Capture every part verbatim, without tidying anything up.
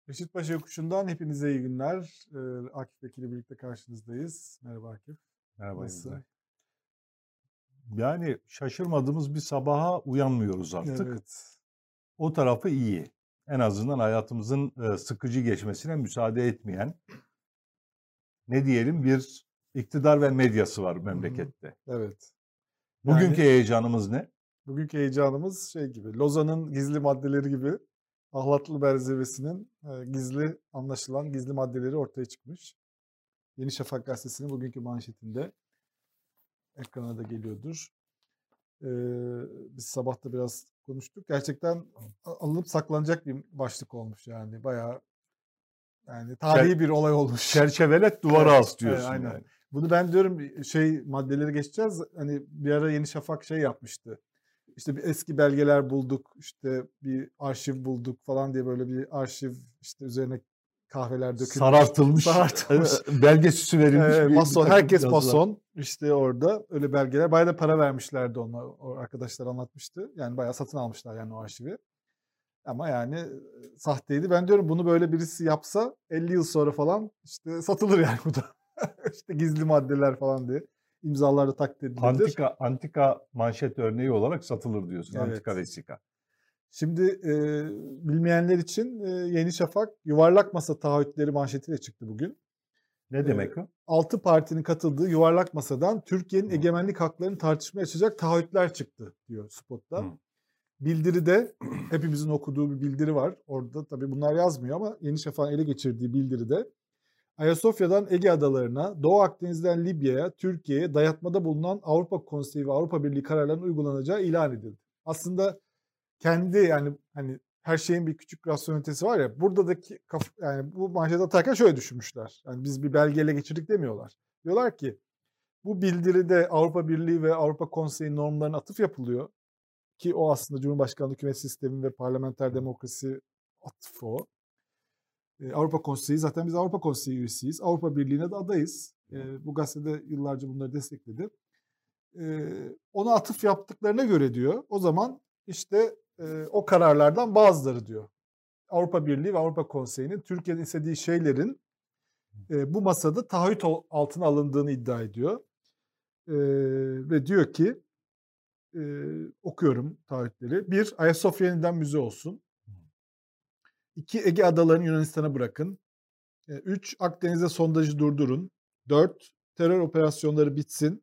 Beşiktaş Yokuşu'ndan hepinize iyi günler. Ee, Akif Bekir ile birlikte karşınızdayız. Merhaba Akif. Merhaba Yıldıray. Nasılsın? Yani şaşırmadığımız bir sabaha uyanmıyoruz artık. Evet. O tarafı iyi. En azından hayatımızın e, sıkıcı geçmesine müsaade etmeyen, ne diyelim, bir iktidar ve medyası var Hı hı. memlekette. Evet. Bugünkü Yani heyecanımız ne? bugünkü heyecanımız şey gibi, Lozan'ın gizli maddeleri gibi Ahlatlıber Zirvesi'nin e, gizli anlaşılan gizli maddeleri ortaya çıkmış. Yeni Şafak gazetesinin bugünkü manşetinde ekrana da geliyordur. Ee, biz sabah da biraz konuştuk. Gerçekten a- alınıp saklanacak bir başlık olmuş yani. Bayağı yani Çer tarihi bir olay olmuş. çerçevelet duvara Evet, as evet, diyorsun aynen. yani. Bunu ben diyorum şey maddeleri geçeceğiz. Hani bir ara Yeni Şafak şey yapmıştı. İşte bir eski belgeler bulduk, işte bir arşiv bulduk falan diye böyle bir arşiv işte üzerine kahveler dökülmüş, Sarartılmış, e, sarartılmış. belge süsü verilmiş Ee, bir, bir mason, takım herkes yazılar. mason işte orada öyle belgeler. Bayağı da para vermişlerdi onlar. O arkadaşlar anlatmıştı. Yani bayağı satın almışlar yani o arşivi. Ama yani e, sahteydi. Ben diyorum bunu böyle birisi yapsa elli yıl sonra falan işte satılır yani bu da. İşte gizli maddeler falan diye. İmzalar da taklit edilebilir. Antika antika manşet örneği olarak satılır diyorsun. Antika Evet. vesika. Şimdi e, bilmeyenler için e, Yeni Şafak yuvarlak masa taahhütleri manşetiyle çıktı bugün. Ne E, demek o? altı partinin katıldığı yuvarlak masadan Türkiye'nin Hı, egemenlik haklarını tartışmaya açacak taahhütler çıktı diyor spotta. hı. Bildiride hepimizin okuduğu bir bildiri var. Orada tabii bunlar yazmıyor ama Yeni Şafak'ın ele geçirdiği bildiride Ayasofya'dan Ege Adalarına, Doğu Akdeniz'den Libya'ya, Türkiye'ye dayatmada bulunan Avrupa Konseyi ve Avrupa Birliği kararlarının uygulanacağı ilan edildi. Aslında kendi yani hani her şeyin bir küçük rasyonelitesi var ya buradaki kaf, yani bu manşet atarken şöyle düşünmüşler. Yani biz bir belgeyle geçirdik demiyorlar. Diyorlar ki bu bildiride Avrupa Birliği ve Avrupa Konseyi normlarına atıf yapılıyor ki o aslında Cumhurbaşkanlığı hükümet sistemi ve parlamenter demokrasi atıfı o. E, Avrupa Konseyi zaten biz Avrupa Konseyi üyesiyiz. Avrupa Birliği'ne de adayız. E, bu gazetede yıllarca bunları destekledi. E, ona atıf yaptıklarına göre diyor. O zaman işte e, o kararlardan bazıları diyor. Avrupa Birliği ve Avrupa Konseyi'nin Türkiye'nin istediği şeylerin e, bu masada taahhüt altına alındığını iddia ediyor. E, ve diyor ki e, okuyorum taahhütleri. Bir, Ayasofya yeniden müze olsun. İki, Ege adalarını Yunanistan'a bırakın. Üç, Akdeniz'de sondajı durdurun. Dört, terör operasyonları bitsin.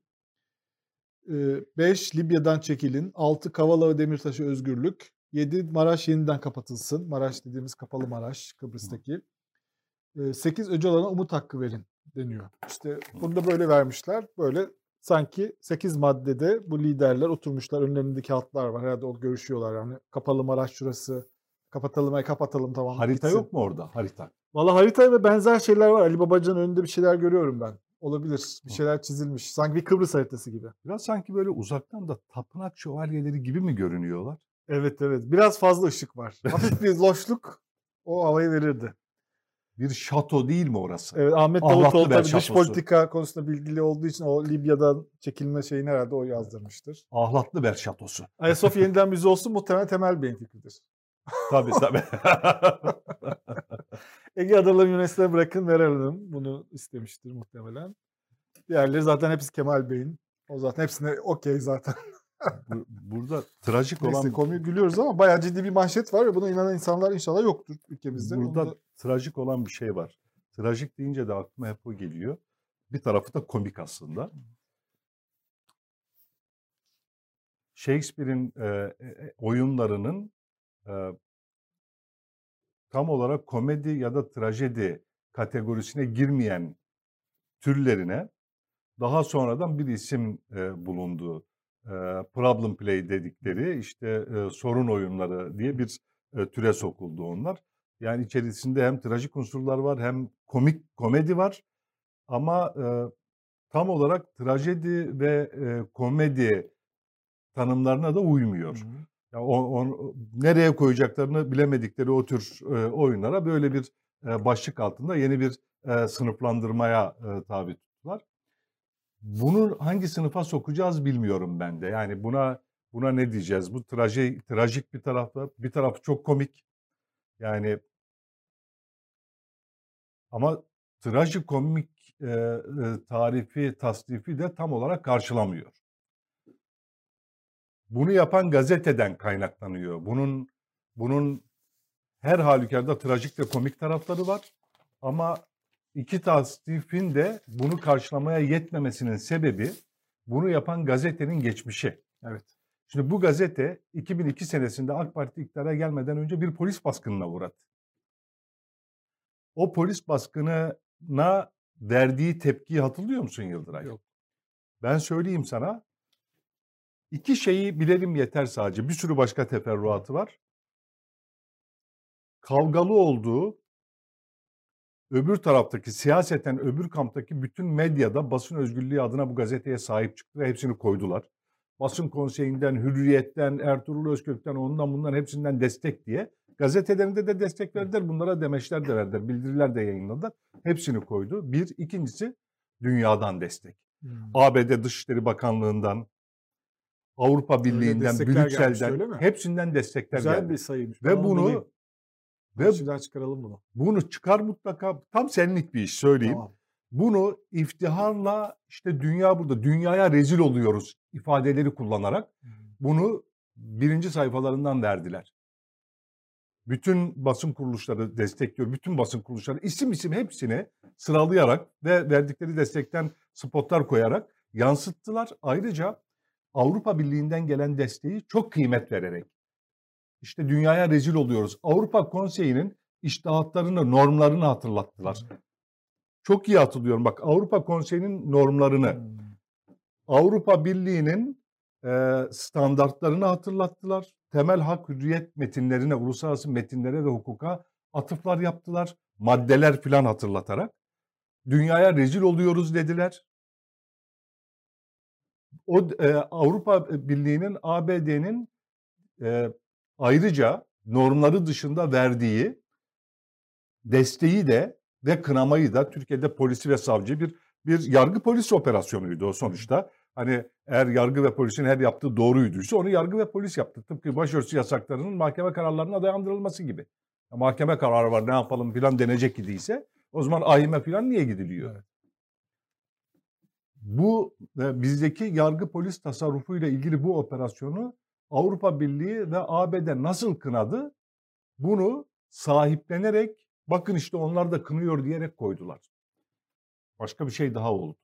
Beş, Libya'dan çekilin. Altı, Kavala ve Demirtaş'a özgürlük. Yedi, Maraş yeniden kapatılsın. Maraş dediğimiz kapalı Maraş, Kıbrıs'taki. Sekiz, Öcalan'a umut hakkı verin deniyor. İşte bunu da böyle vermişler. Böyle sanki sekiz maddede bu liderler oturmuşlar. Önlerinde kağıtlar var. Herhalde o görüşüyorlar. Yani kapalı Maraş şurası. Kapatalım, ay kapatalım tamam Harita bitsin. yok mu orada? Harita. Valla harita ve benzer şeyler var. Ali Babacan'ın önünde bir şeyler görüyorum ben. Olabilir. Bir Hı. şeyler çizilmiş. Sanki bir Kıbrıs haritası gibi. Biraz sanki böyle uzaktan da tapınak şövalyeleri gibi mi görünüyorlar? Evet evet. Biraz fazla ışık var. Hafif bir loşluk o havayı verirdi. Bir şato değil mi orası? Evet, Ahmet Davutoğlu Ahlatlıbel tabii dış şatosu. politika konusunda bilgili olduğu için o Libya'dan çekilme şeyini herhalde o yazdırmıştır. Ahlatlıbel şatosu. Ayasofya yeniden müze olsun muhtemelen Temel Bey'in fikridir. Tabii tabii. Ege Adaları Yunanistan'a bırakın Meral Hanım bunu istemiştir muhtemelen. Diğerleri zaten hepsi Kemal Bey'in. O zaten hepsine okey zaten. Bu- Burada trajik Neyse olan komik gülüyoruz ama bayağı ciddi bir manşet var ve buna inanan insanlar inşallah yoktur ülkemizde. Onu burada da trajik olan bir şey var. Trajik deyince de aklıma hep o geliyor. Bir tarafı da komik aslında. Shakespeare'in e, e, oyunlarının e, tam olarak komedi ya da trajedi kategorisine girmeyen türlerine daha sonradan bir isim e, bulundu. E, problem play dedikleri işte e, sorun oyunları diye bir e, türe sokuldu onlar. Yani içerisinde hem trajik unsurlar var hem komik komedi var ama e, tam olarak trajedi ve e, komedi tanımlarına da Hı uymuyor. hı. Ya o, o- nereye koyacaklarını bilemedikleri o tür e, oyunlara böyle bir e, başlık altında yeni bir e, sınıflandırmaya e, tabi tuttular. Bunu hangi sınıfa sokacağız bilmiyorum ben de. Yani buna buna ne diyeceğiz? Bu traji, trajik bir tarafta, bir tarafı çok komik. Yani Ama trajikomik e, e, tarifi, tasnifi de tam olarak karşılamıyor. Bunu yapan gazeteden kaynaklanıyor. Bunun bunun her halükarda trajik ve komik tarafları var. Ama iki tasnifin de bunu karşılamaya yetmemesinin sebebi bunu yapan gazetenin geçmişi. Evet. Şimdi bu gazete iki bin iki senesinde AK Parti iktidara gelmeden önce bir polis baskınına uğradı. O polis baskınına verdiği tepkiyi hatırlıyor musun Yıldıray? Yok. Ben söyleyeyim sana. İki şeyi bilelim yeter sadece. Bir sürü başka teferruatı var. Kavgalı olduğu, öbür taraftaki, siyaseten öbür kamptaki bütün medyada basın özgürlüğü adına bu gazeteye sahip çıktı ve hepsini koydular. Basın konseyinden, Hürriyet'ten, Ertuğrul Özkök'ten, ondan bundan hepsinden destek diye. Gazetelerinde de destek verdiler. Bunlara demeçler de verdiler. Bildiriler de yayınladılar. Hepsini koydu. Bir. İkincisi dünyadan destek. Hmm. A B D Dışişleri Bakanlığı'ndan, Avrupa Birliği'nden, Brüksel'den hepsinden destekler Güzel geldi. Güzel bir sayıymış. Ve bunu ve Arşivden çıkaralım bunu. Bunu çıkar mutlaka. Tam senlik bir iş söyleyeyim. Tamam. Bunu iftiharla işte dünya burada, dünyaya rezil oluyoruz ifadeleri kullanarak hmm. bunu birinci sayfalarından verdiler. Bütün basın kuruluşları destekliyor. Bütün basın kuruluşları isim isim hepsini sıralayarak ve verdikleri destekten spotlar koyarak yansıttılar. Ayrıca Avrupa Birliği'nden gelen desteği çok kıymet vererek. İşte dünyaya rezil oluyoruz. Avrupa Konseyi'nin iştahatlarını, normlarını hatırlattılar. Hmm. Çok iyi hatırlıyorum. Bak Avrupa Konseyi'nin normlarını, hmm. Avrupa Birliği'nin e, standartlarını hatırlattılar. Temel hak hürriyet metinlerine, uluslararası metinlere ve hukuka atıflar yaptılar. Maddeler filan hatırlatarak. Dünyaya rezil oluyoruz dediler. O e, Avrupa Birliği'nin, A B D'nin e, ayrıca normları dışında verdiği desteği de ve kınamayı da Türkiye'de polisi ve savcı bir bir yargı polis operasyonuydu o sonuçta. Hani eğer yargı ve polisin her yaptığı doğruyduysa onu yargı ve polis yaptı. Tıpkı başörtüsü yasaklarının mahkeme kararlarına dayandırılması gibi. Mahkeme kararı var ne yapalım filan denecek idiyse o zaman A Y M filan niye gidiliyor? Evet. Bu e, bizdeki yargı polis tasarrufuyla ilgili bu operasyonu Avrupa Birliği ve A B D nasıl kınadı? Bunu sahiplenerek bakın işte onlar da kınıyor diyerek koydular. Başka bir şey daha oldu.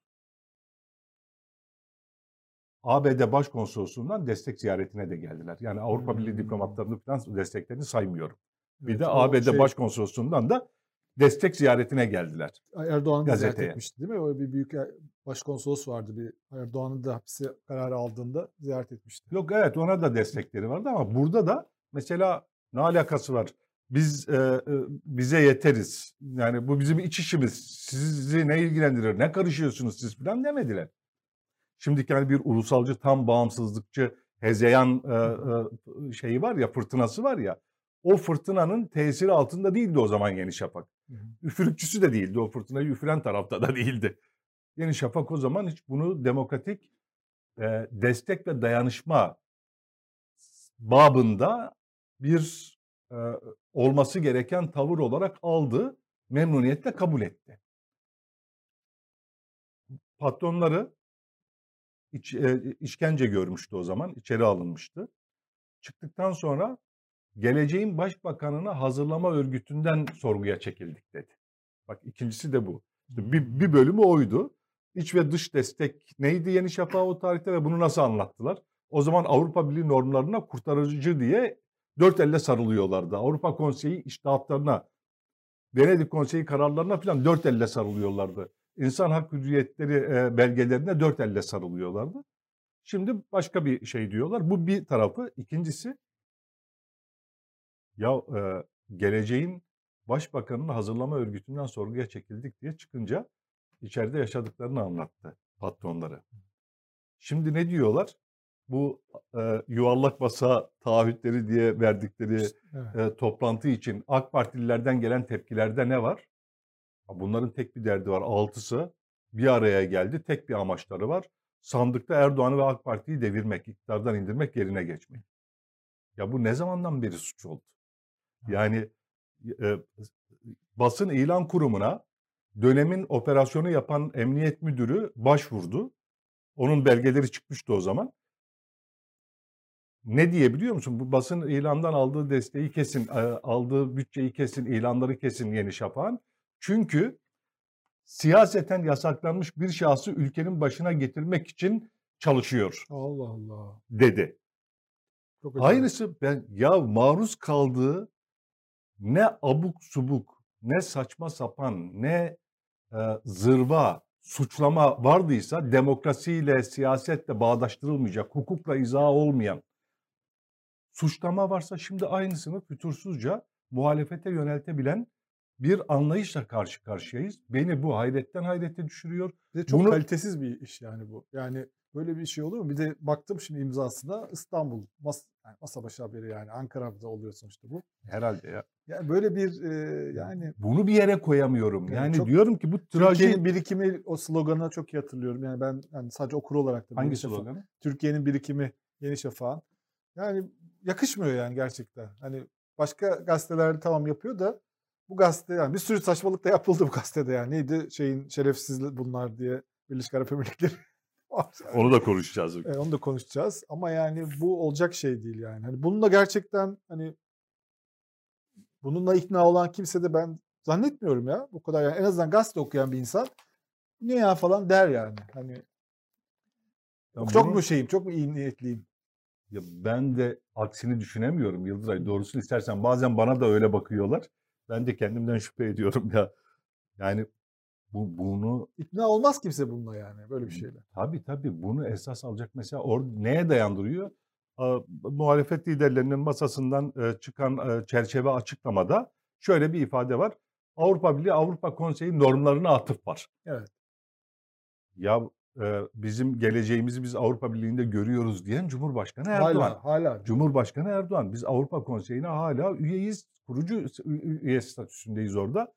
A B D Başkonsolosluğundan destek ziyaretine de geldiler. Yani Avrupa hmm. Birliği diplomatlarını falan desteklerini saymıyorum. Bir evet, de A B D şey... Başkonsolosluğundan da destek ziyaretine geldiler. Erdoğan'ı da ziyaret etmişti değil mi? O bir büyük başkonsolos vardı. Bir Erdoğan'ın da hapse kararı aldığında ziyaret etmişti. Yok evet ona da destekleri vardı ama burada da mesela ne alakası var? Biz e, e, bize yeteriz. Yani bu bizim iç işimiz. Sizi ne ilgilendirir? Ne karışıyorsunuz siz falan demediler. Şimdiki yani bir ulusalcı, tam bağımsızlıkçı, hezeyan e, e, şeyi var ya, fırtınası var ya. O fırtınanın tesiri altında değildi o zaman Yeni Şafak. Hı hı. Üfürükçüsü de değildi. O fırtınayı üfüren tarafta da değildi. Yeni Şafak o zaman hiç bunu demokratik e, destek ve dayanışma babında bir e, olması gereken tavır olarak aldı, memnuniyetle kabul etti. Patronları iç, e, işkence görmüştü o zaman, içeri alınmıştı. Çıktıktan sonra geleceğin başbakanını hazırlama örgütünden sorguya çekildik dedi. Bak ikincisi de bu. İşte bir, bir bölümü oydu. İç ve dış destek neydi Yeni Şafak'a o tarihte ve bunu nasıl anlattılar? O zaman Avrupa Birliği normlarına kurtarıcı diye dört elle sarılıyorlardı. Avrupa Konseyi iştahatlarına, Venedik Konseyi kararlarına falan dört elle sarılıyorlardı. İnsan hak hürriyetleri e, belgelerine dört elle sarılıyorlardı. Şimdi başka bir şey diyorlar. Bu bir tarafı. İkincisi ya e, geleceğin başbakanını hazırlama örgütünden sorguya çekildik diye çıkınca içeride yaşadıklarını anlattı patronları. Şimdi ne diyorlar? Bu e, yuvarlak masa taahhütleri diye verdikleri evet. e, toplantı için AK Partililerden gelen tepkilerde ne var? Bunların tek bir derdi var. Altısı bir araya geldi. Tek bir amaçları var. Sandıkta Erdoğan'ı ve AK Parti'yi devirmek, iktidardan indirmek, yerine geçmek. Ya bu ne zamandan beri suç oldu? Yani e, basın ilan kurumuna dönemin operasyonu yapan emniyet müdürü başvurdu. Onun belgeleri çıkmıştı o zaman. Ne diye biliyor musun? Bu basın ilandan aldığı desteği kesin, aldığı bütçeyi kesin, ilanları kesin Yeni Şafak'ın. Çünkü siyaseten yasaklanmış bir şahsı ülkenin başına getirmek için çalışıyor. Allah Allah. Dedi. Çok acayip. Aynısı ben ya maruz kaldığı ne abuk subuk, ne saçma sapan, ne e, zırva, suçlama vardıysa demokrasiyle, siyasetle bağdaştırılmayacak, hukukla izahı olmayan suçlama varsa şimdi aynısını fütursuzca muhalefete yöneltebilen bir anlayışla karşı karşıyayız. Beni bu hayretten hayrete düşürüyor. Bir de çok Bunu kalitesiz bir iş yani bu. Yani böyle bir şey olur mu? Bir de baktım şimdi imzasına İstanbul mas yani masa başı haberi, yani Ankara'da oluyor sonuçta bu. herhalde ya. Yani böyle bir e, yani Bunu bir yere koyamıyorum. Yani Yani çok- diyorum ki bu Türkiye'nin trajedi. birikimi, o sloganı çok iyi hatırlıyorum. Yani ben yani sadece okur olarak da Hangi Yeni Şafak- sloganı? Türkiye'nin birikimi Yeni Şafak'ın. Yani yakışmıyor yani gerçekten. Hani başka gazetelerde tamam yapıyor da bu gazete, yani bir sürü saçmalık da yapıldı bu gazetede yani. Neydi şeyin şerefsiz bunlar diye, Birleşik Arap Emirlikleri. Onu da konuşacağız. Evet, onu da konuşacağız ama yani bu olacak şey değil yani. Hani bununla gerçekten hani bununla ikna olan kimse de ben zannetmiyorum ya. Bu kadar yani, en azından gazete okuyan bir insan ne ya falan der yani. Hani Ya çok bunun- mu şeyim, çok mu iyi niyetliyim? Ya ben de aksini düşünemiyorum Yıldıray. Doğrusunu istersen bazen bana da öyle bakıyorlar. Ben de kendimden şüphe ediyorum ya. Yani bu bunu İkna olmaz kimse bununla yani böyle bir şeyle. tabii tabii bunu esas alacak mesela or neye dayandırıyor? A, muhalefet liderlerinin masasından e, çıkan e, çerçeve açıklamada şöyle bir ifade var. Avrupa Birliği, Avrupa Konseyi normlarına atıf var. Evet. Ya e, bizim geleceğimizi biz Avrupa Birliği'nde görüyoruz diyen Cumhurbaşkanı Erdoğan. Hala, hala. Cumhurbaşkanı Erdoğan. Biz Avrupa Konseyi'ne hala üyeyiz. Kurucu ü- üye statüsündeyiz orada.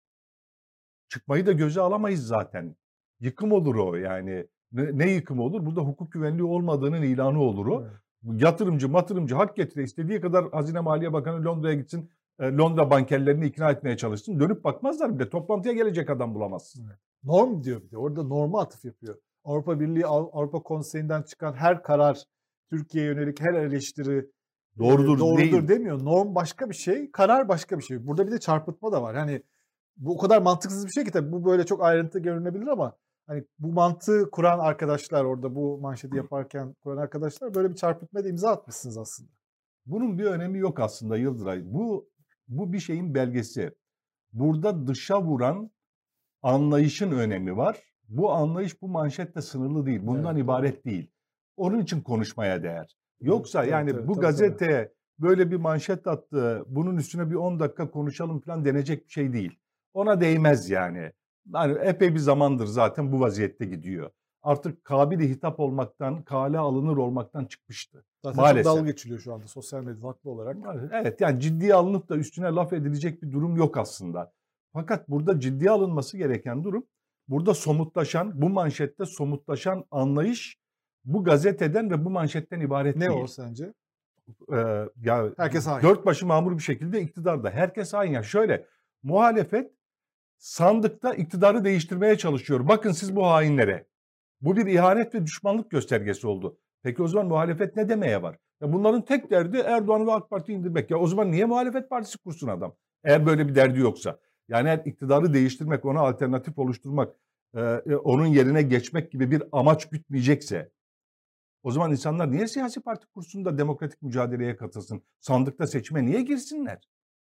Çıkmayı da göze alamayız zaten. Yıkım olur o yani. Ne, ne yıkım olur? Burada hukuk güvenliği olmadığının ilanı olur o. Evet. Yatırımcı, matırımcı hak getire istediği kadar Hazine Maliye Bakanı Londra'ya gitsin. e, Londra bankerlerini ikna etmeye çalışsın. Dönüp bakmazlar bile. Toplantıya gelecek adam bulamazsın. Norm diyor bir de. Orada norma atıf yapıyor. Avrupa Birliği, Av- Avrupa Konseyi'nden çıkan her karar, Türkiye'ye yönelik her eleştiri Doğrudur, e, doğrudur değil. demiyor. Norm başka bir şey, karar başka bir şey. Burada bir de çarpıtma da var. Hani bu o kadar mantıksız bir şey ki tabii bu böyle çok ayrıntı görünebilir ama hani bu mantığı kuran arkadaşlar, orada bu manşeti yaparken kuran arkadaşlar, böyle bir çarpıtmaya da imza atmışsınız aslında. Bunun bir önemi yok aslında Yıldıray. Bu bu bir şeyin belgesi. Burada dışa vuran anlayışın önemi var. Bu anlayış bu manşetle sınırlı değil. Bundan Evet, ibaret değil. Onun için konuşmaya değer. Yoksa Evet, yani evet, bu tabii, gazete böyle bir manşet attı, bunun üstüne bir on dakika konuşalım falan denecek bir şey değil. Ona değmez yani. Yani epey bir zamandır zaten bu vaziyette gidiyor. Artık kabili hitap olmaktan, kale alınır olmaktan çıkmıştı. Zaten Maalesef. çok dalga geçiliyor şu anda sosyal medyada haklı olarak. Evet yani ciddiye alınıp da üstüne laf edilecek bir durum yok aslında. Fakat burada ciddiye alınması gereken durum, burada somutlaşan, bu manşette somutlaşan anlayış bu gazeteden ve bu manşetten ibaret Ne değil. o sence? Ee, ya Herkes hain. dört başı mamur bir şekilde iktidarda. Herkes hain. Ya şöyle, muhalefet sandıkta iktidarı değiştirmeye çalışıyor. Bakın siz bu hainlere. Bu bir ihanet ve düşmanlık göstergesi oldu. Peki o zaman muhalefet ne demeye var? Ya bunların tek derdi Erdoğan ve AK Parti'yi indirmek. Ya o zaman niye muhalefet partisi kursun adam? Eğer böyle bir derdi yoksa. Yani eğer iktidarı değiştirmek, ona alternatif oluşturmak, e, onun yerine geçmek gibi bir amaç gütmeyecekse, o zaman insanlar niye siyasi parti kursun da demokratik mücadeleye katılsın? Sandıkta seçime niye girsinler?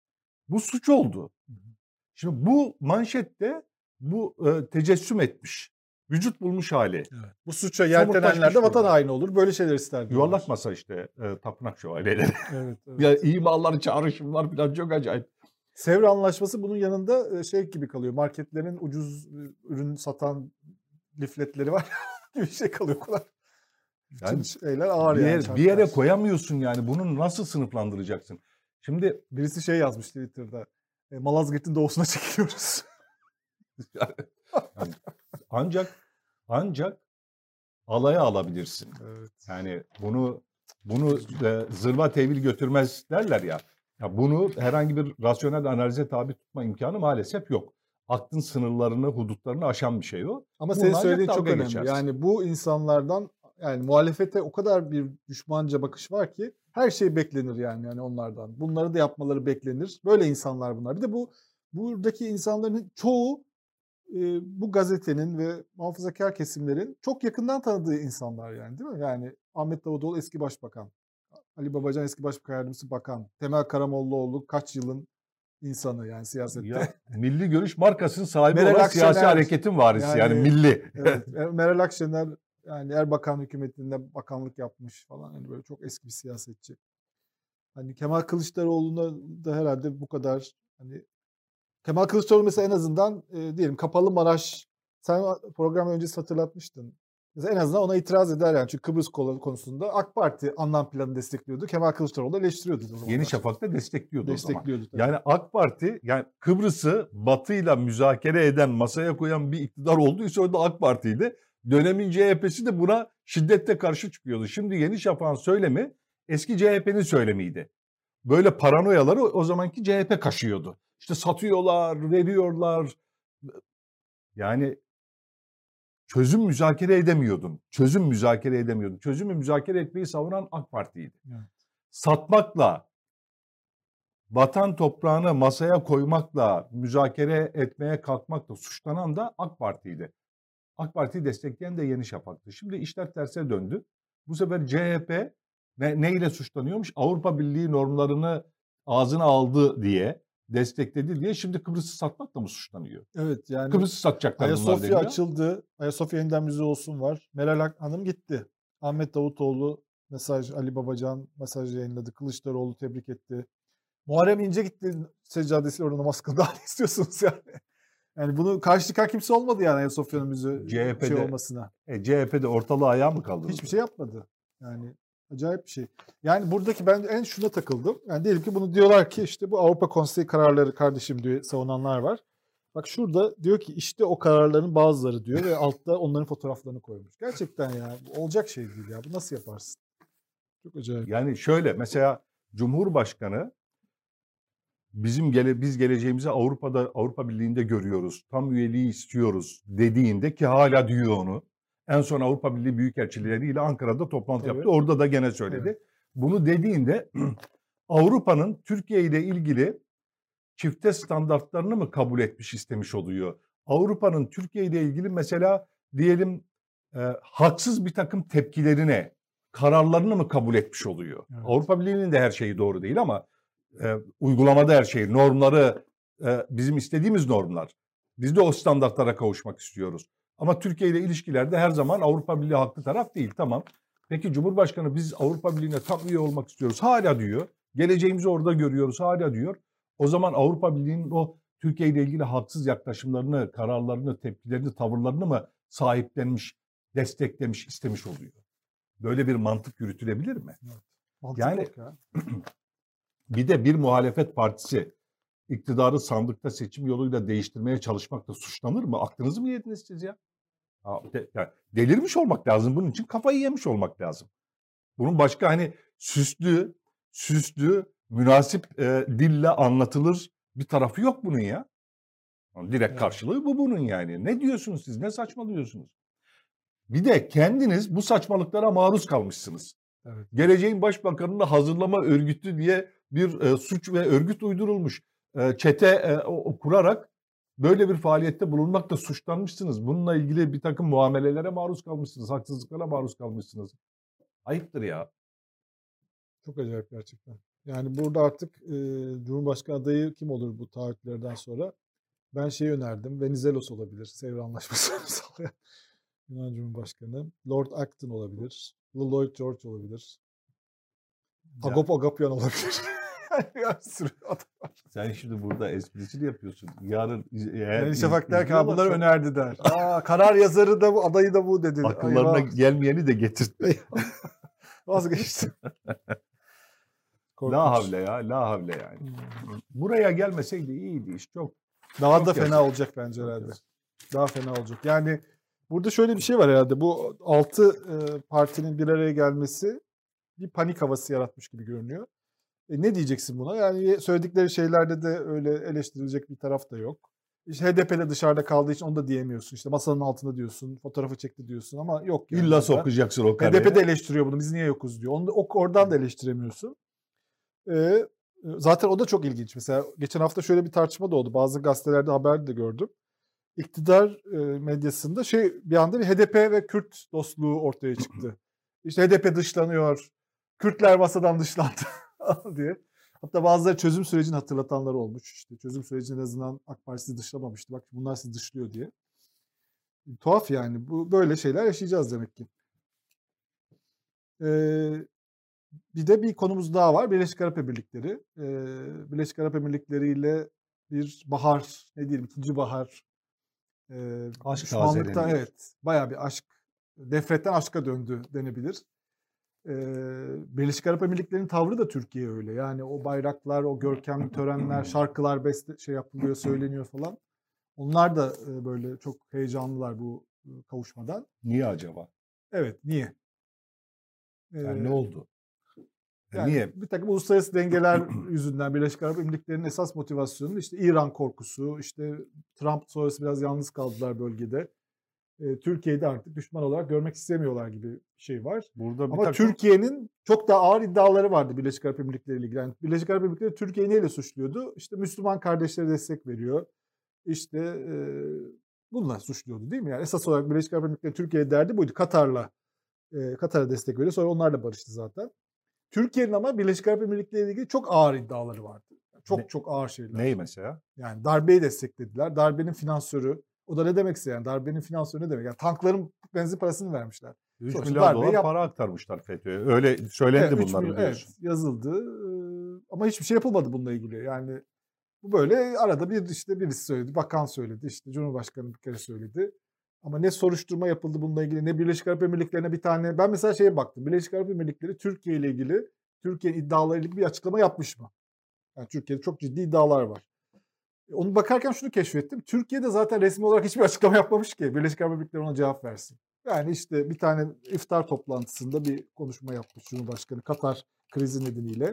Bu suç oldu. Şimdi bu manşette bu e, tecessüm etmiş. Vücut bulmuş hali. Evet. Bu suça yeltenenler de vatan haini olur. Böyle şeyler ister. Yuvarlak masa işte e, tapınak şövalyeleri. Evet, evet. Ya imalar, çağrışımlar falan çok acayip. Sevr Anlaşması bunun yanında e, şey gibi kalıyor. Marketlerin ucuz e, ürün satan lifletleri var gibi bir şey kalıyor. O kadar. Yani Bütün şeyler ağır bir, yani. yer- bir şartlar. yere koyamıyorsun yani. Bunu nasıl sınıflandıracaksın? Şimdi Birisi şey yazmış Twitter'da. E, Malazgirt'in doğusuna çekiliyoruz. yani ancak ancak alaya alabilirsin. Evet. Yani bunu bunu e, zırva tevil götürmez derler ya. Ya bunu herhangi bir rasyonel analize tabi tutma imkanı maalesef yok. aklın sınırlarını, hudutlarını aşan bir şey o. Ama senin Bununla söylediğin ancak çok dalga önemli. geçersin. Yani bu insanlardan, yani muhalefete o kadar bir düşmanca bakış var ki her şey beklenir yani, yani onlardan. Bunları da yapmaları beklenir. Böyle insanlar bunlar. Bir de bu buradaki insanların çoğu e, bu gazetenin ve muhafazakar kesimlerin çok yakından tanıdığı insanlar yani, değil mi? Yani Ahmet Davutoğlu eski başbakan. Ali Babacan eski başbakan yardımcısı bakan. Temel Karamollaoğlu kaç yılın insanı yani siyasette. Ya milli görüş markasının sahibi Meral olan Akşener, siyasi hareketin varisi yani, yani milli. evet, Meral Akşener yani Erbakan hükümetinde bakanlık yapmış falan, hani böyle çok eski bir siyasetçi. Hani Kemal Kılıçdaroğlu'na da herhalde bu kadar, hani Kemal Kılıçdaroğlu mesela en azından e, diyelim Kapalı Maraş, sen program öncesi hatırlatmıştın. Mesela en azından ona itiraz eder yani. Çünkü Kıbrıs konusunda AK Parti anlam planını destekliyordu. Kemal Kılıçdaroğlu eleştiriyordu o zamanlar. Yeni Şafak'ta destekliyordu, Destekliyordu o tabii. zaman. Yani AK Parti, yani Kıbrıs'ı Batı'yla müzakere eden, masaya koyan bir iktidar olduysa o da AK Parti'ydi. Dönemin C H P'si de buna şiddetle karşı çıkıyordu. Şimdi Yeni Şafak'ın söylemi eski C H P'nin söylemiydi. Böyle paranoyaları o zamanki C H P kaşıyordu. İşte satıyorlar, veriyorlar. Yani çözüm müzakere edemiyordun. Çözüm müzakere edemiyordun. Çözümü müzakere etmeyi savunan AK Parti'ydi. Evet. Satmakla, vatan toprağını masaya koymakla, müzakere etmeye kalkmakla suçlanan da AK Parti'ydi. AK Parti'yi destekleyen de Yeni Şafak'tı. Şimdi işler terse döndü. Bu sefer C H P ne, neyle suçlanıyormuş? Avrupa Birliği normlarını ağzına aldı diye, destekledi diye şimdi Kıbrıs'ı satmakla mı suçlanıyor? Evet yani Kıbrıs'ı satacaklar bunlar Ayasofya deniyor. açıldı. Ayasofya yeniden müze olsun var. Meral Hanım gitti. Ahmet Davutoğlu mesaj, Ali Babacan mesaj yayınladı. Kılıçdaroğlu tebrik etti. Muharrem İnce gitti seccadesiyle orada namaz kıldı. Daha ne istiyorsunuz yani? Yani bunu karşı çıkan kimse olmadı yani Ayasofya'nın müze C H P'de, şey olmasına. E, C H P'de ortalığı ayağa mı kaldırdı? Hiçbir şey yapmadı. Yani acayip bir şey. Yani buradaki ben en şuna takıldım. Yani diyelim ki bunu diyorlar ki işte bu Avrupa Konseyi kararları kardeşim diye savunanlar var. Bak şurada diyor ki işte o kararların bazıları diyor ve altta onların fotoğraflarını koymuş. Gerçekten ya olacak şey değil ya. Bu nasıl yaparsın? Çok acayip. Yani şöyle mesela Cumhurbaşkanı bizim gele, biz geleceğimizi Avrupa'da, Avrupa Birliği'nde görüyoruz. Tam üyeliği istiyoruz dediğinde, ki hala diyor onu. En son Avrupa Birliği büyükelçileriyle Ankara'da toplantı Tabii. yaptı. Orada da gene söyledi. Evet. Bunu dediğinde Avrupa'nın Türkiye ile ilgili çifte standartlarını mı kabul etmiş, istemiş oluyor? Avrupa'nın Türkiye ile ilgili mesela diyelim e, haksız bir takım tepkilerine, kararlarını mı kabul etmiş oluyor? Evet. Avrupa Birliği'nin de her şeyi doğru değil ama e, uygulamada her şey, normları e, bizim istediğimiz normlar. Biz de o standartlara kavuşmak istiyoruz. Ama Türkiye ile ilişkilerde her zaman Avrupa Birliği haklı taraf değil. Tamam. Peki Cumhurbaşkanı biz Avrupa Birliği'ne tam üye olmak istiyoruz. Hala diyor. Geleceğimizi orada görüyoruz. Hala diyor. O zaman Avrupa Birliği'nin o Türkiye ile ilgili haksız yaklaşımlarını, kararlarını, tepkilerini, tavırlarını mı sahiplenmiş, desteklemiş, istemiş oluyor? Böyle bir mantık yürütülebilir mi? Evet. Yani ya. bir de bir muhalefet partisi iktidarı sandıkta seçim yoluyla değiştirmeye çalışmakla suçlanır mı? Aklınızı mı yediniz siz ya? Ha, de, yani delirmiş olmak lazım. Bunun için kafayı yemiş olmak lazım. Bunun başka hani süslü, süslü, münasip e, dille anlatılır bir tarafı yok bunun ya. Direkt Evet. karşılığı bu bunun yani. Ne diyorsunuz siz? Ne saçmalıyorsunuz? Bir de kendiniz bu saçmalıklara maruz kalmışsınız. Evet. Geleceğin Başbakanı'nı hazırlama örgütü diye bir e, suç ve örgüt uydurulmuş. E, çete e, o, o kurarak böyle bir faaliyette bulunmakla suçlanmışsınız. Bununla ilgili bir takım muamelelere maruz kalmışsınız. Haksızlıklara maruz kalmışsınız. Ayıptır ya. Çok acayip gerçekten. Yani burada artık e, Cumhurbaşkanı adayı kim olur bu taahhütlerden sonra? Ben şey önerdim. Venizelos olabilir. Sevr Anlaşması'nı sağlayan Yunan Cumhurbaşkanı. Lord Acton olabilir. Lloyd George olabilir. Ya, Agop Agapyan olabilir. Yani sürü adam var. sen şimdi burada esprisini yapıyorsun. Yarın eğer Yani iz- Şafak der ki ha bunlar izliyorlarsa önerdi der. Aa, karar yazarı da bu, adayı da bu dedi. akıllarına Eyvah. gelmeyeni de getirtme. Vazgeçtim. La Korkunç. havle ya, la havle yani. Hmm. Buraya gelmeseydi iyiydi iş çok. Daha Çok da fena yazık. olacak bence Çok herhalde. yazık. Daha fena olacak. Yani burada şöyle bir şey var herhalde. Bu altı e, partinin bir araya gelmesi bir panik havası yaratmış gibi görünüyor. E, ne diyeceksin buna? Yani söyledikleri şeylerde de öyle eleştirilecek bir taraf da yok. İşte H D P'de dışarıda kaldığı için onu da diyemiyorsun. İşte masanın altında diyorsun, fotoğrafı çekti diyorsun ama yok yani. İlla sokacaksın o kareye. H D P de eleştiriyor bunu. Biz niye yokuz diyor. Onu da, oradan da eleştiremiyorsun. Ee, zaten o da çok ilginç. Mesela geçen hafta şöyle bir tartışma da oldu. Bazı gazetelerde haberde de gördüm. İktidar e, medyasında şey bir anda bir H D P ve Kürt dostluğu ortaya çıktı. İşte H D P dışlanıyor, Kürtler masadan dışlandı diye. Hatta bazıları çözüm sürecini hatırlatanlar olmuş. İşte çözüm sürecini en azından AK Parti sizi dışlamamıştı. Bak bunlar sizi dışlıyor diye. E, tuhaf yani. Bu böyle şeyler yaşayacağız demek ki. Ee, bir de bir konumuz daha var. Birleşik Arap Emirlikleri. Ee, Birleşik Arap Emirlikleri ile bir bahar, ne diyelim ikinci bahar. Ee, Aşk düşmanlıktan tazeleniyor. evet bayağı bir aşk, nefretten aşka döndü denebilir. Ee, Birleşik Arap Emirlikleri'nin tavrı da Türkiye öyle. Yani o bayraklar, o görkemli törenler, şarkılar beste şey yapılıyor, söyleniyor falan. Onlar da e, böyle çok heyecanlılar bu e, kavuşmadan. Niye acaba? Evet, niye? Ee, Yani ne oldu? Yani niye? bir takım uluslararası dengeler yüzünden Birleşik Arap Emirlikleri'nin esas motivasyonu işte İran korkusu, işte Trump sonrası biraz yalnız kaldılar bölgede. E, Türkiye'de artık düşman olarak görmek istemiyorlar gibi bir şey var. Burada bir Ama takım... Türkiye'nin çok daha ağır iddiaları vardı Birleşik Arap Emirlikleri ile ilgili. Yani Birleşik Arap Emirlikleri Türkiye'yi neyle suçluyordu? İşte Müslüman kardeşlere destek veriyor. İşte e, bununla suçluyordu değil mi? Yani esas olarak Birleşik Arap Emirlikleri Türkiye'ye derdi buydu. Katar'la e, Katar'a destek veriyor. Sonra onlarla barıştı zaten. Türkiye'nin ama Birleşik Arap Emirlikleri ile ilgili çok ağır iddiaları vardı. Çok ne, çok ağır şeyler. Ney mesela? Yani darbeyi desteklediler. Darbenin finansörü. O da ne demekse yani darbenin finansörü ne demek? Yani tankların benzin parasını vermişler. üç milyar dolar yap- para aktarmışlar FETÖ'ye. Öyle söylendi evet, bunlar milyon, biliyorsun. evet, yazıldı. Ama hiçbir şey yapılmadı bununla ilgili. Yani bu böyle arada bir işte birisi söyledi. Bakan söyledi. İşte Cumhurbaşkanı bir kere söyledi. Ama ne soruşturma yapıldı bununla ilgili ne Birleşik Arap Emirlikleri'ne bir tane. Ben mesela şeye baktım. Birleşik Arap Emirlikleri Türkiye ile ilgili Türkiye'nin iddialarıyla ilgili bir açıklama yapmış mı? Yani Türkiye'de çok ciddi iddialar var. Onu bakarken şunu keşfettim. Türkiye'de zaten resmi olarak hiçbir açıklama yapmamış ki Birleşik Arap Emirlikleri ona cevap versin. Yani işte bir tane iftar toplantısında bir konuşma yapmış Cumhurbaşkanı Katar krizi nedeniyle.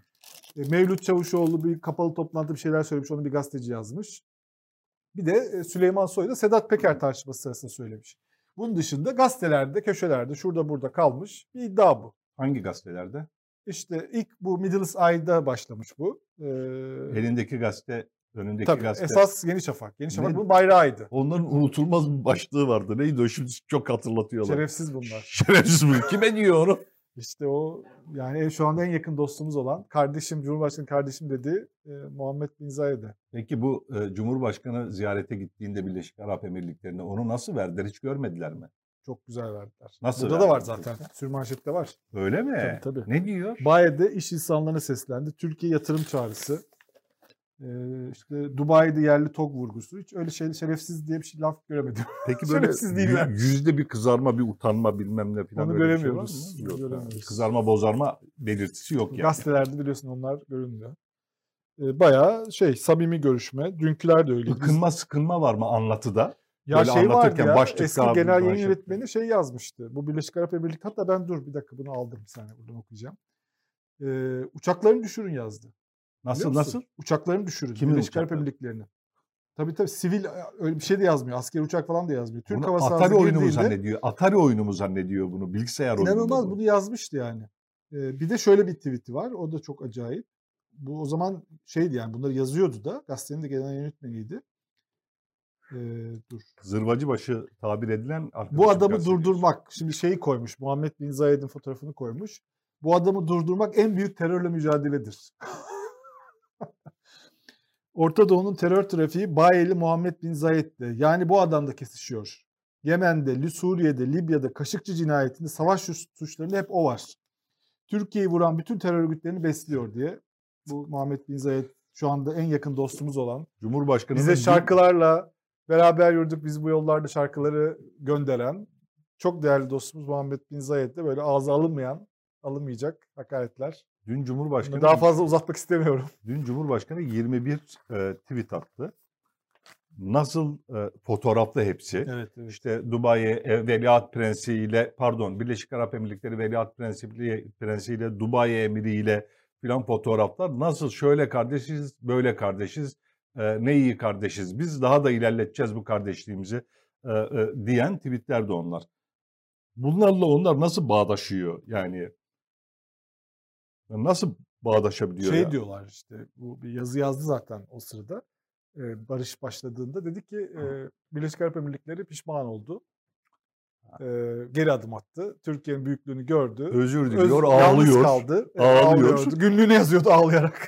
E, Mevlüt Çavuşoğlu bir kapalı toplantıda bir şeyler söylemiş. Onu bir gazeteci yazmış. Bir de e, Süleyman Soylu Sedat Peker tartışması sırasında söylemiş. Bunun dışında gazetelerde, köşelerde, şurada burada kalmış bir iddia bu. Hangi gazetelerde? İşte ilk bu Middle East Eye'da başlamış bu. Ee, Elindeki gazete, önündeki tabii, gazete. esas Yeni Şafak. Yeni Şafak Ne? bunun bayrağıydı. Onların unutulmaz bir başlığı vardı. Neydi o? Şimdi çok hatırlatıyorlar. Şerefsiz bunlar. Şerefsiz mi? Kime diyor onu? İşte o yani şu anda en yakın dostumuz olan kardeşim, Cumhurbaşkanı kardeşim dediği e, Muhammed Bin Zayed'e. Peki bu e, Cumhurbaşkanı ziyarete gittiğinde Birleşik Arap Emirlikleri'ne onu nasıl verdiler? Hiç görmediler mi? Çok güzel verdiler. Nasıl Burada da var verdiler? zaten. Sürmanşette var. Öyle mi? Tabii tabii. Ne diyor? Baye'de iş insanlarına seslendi. Türkiye yatırım çağrısı. Ee, işte Dubai'de yerli TOG vurgusu. Hiç öyle şey şerefsiz diye bir şey laf göremedim. Peki böyle Şerefsiz değiller. yü- yüzde bir kızarma, bir utanma bilmem ne falan Onu öyle bir şey var göremiyoruz. mı? Onu Yok. göremiyoruz. Kızarma bozarma belirtisi yok yani. Gazetelerde biliyorsun onlar görünmüyor. Ee, bayağı şey samimi görüşme. Dünküler de öyle. Ikınma sıkınma var mı anlatıda? Ya Böyle şey vardı anlatırken ya başlık eski daha- genel yayın başlık- yönetmeni şey yazmıştı. Bu Birleşik Arap Emirlikleri hatta ben dur bir dakika bunu aldım bir saniye buradan okuyacağım. Ee, uçaklarını düşürün yazdı. Nasıl Biliyor musun? nasıl? Uçaklarını düşürün. Kimin Birleşik Arap uçakları? Emirlikleri'nin. Tabii tabii sivil öyle bir şey de yazmıyor. Askeri uçak falan da yazmıyor. Türk Bunu hava sahası Atari oyunu mu girdiğinde zannediyor? Atari oyunu mu zannediyor bunu? Bilgisayar oyunu mu inanılmaz bu? bunu yazmıştı yani. Ee, bir de şöyle bir tweet'i var. O da çok acayip. Bu o zaman şeydi yani bunları yazıyordu da gazetenin de genel yayın yönetmeniydi. Ee, dur. Zırvacıbaşı tabir edilen Bu arkadaşım adamı gazeteci. durdurmak. Şimdi şeyi koymuş. Muhammed Bin Zayed'in fotoğrafını koymuş. Bu adamı durdurmak en büyük terörle mücadeledir. Orta Doğu'nun terör trafiği Bayeli Muhammed Bin Zayed'de. Yani bu adamda kesişiyor. Yemen'de, Suriye'de, Libya'da, Kaşıkçı cinayetinde, savaş suçlarında hep o var. Türkiye'yi vuran bütün terör örgütlerini besliyor diye. Bu Muhammed Bin Zayed şu anda en yakın dostumuz olan. Cumhurbaşkanı'nın Bize şarkılarla beraber yürüdük biz bu yollarda şarkıları gönderen çok değerli dostumuz Muhammed Bin Zayed'de böyle ağza alınmayan, alınmayacak hakaretler. dün Cumhurbaşkanı Daha fazla uzatmak istemiyorum. Dün Cumhurbaşkanı yirmi bir e, tweet attı. Nasıl e, fotoğraflı hepsi. Evet, evet. İşte Dubai e, Veliaht Prensi ile pardon Birleşik Arap Emirlikleri Veliaht Prensi, Prensi ile Dubai Emiri ile filan fotoğraflar. Nasıl şöyle kardeşiz, böyle kardeşiz. e, ne iyi kardeşiz biz, daha da ilerleteceğiz bu kardeşliğimizi e, e, diyen tweetler de onlar. Bunlarla onlar nasıl bağdaşıyor yani? Nasıl bağdaşabiliyor Şey ya? diyorlar işte, bu bir yazı yazdı zaten o sırada. Ee, barış başladığında dedi ki e, Birleşik Arap Emirlikleri pişman oldu. Ee, geri adım attı. Türkiye'nin büyüklüğünü gördü. Özür Öz, diliyor, yalnız ağlıyor. kaldı. Evet, Ağlıyor. ağlıyordu. Günlüğüne yazıyordu ağlayarak.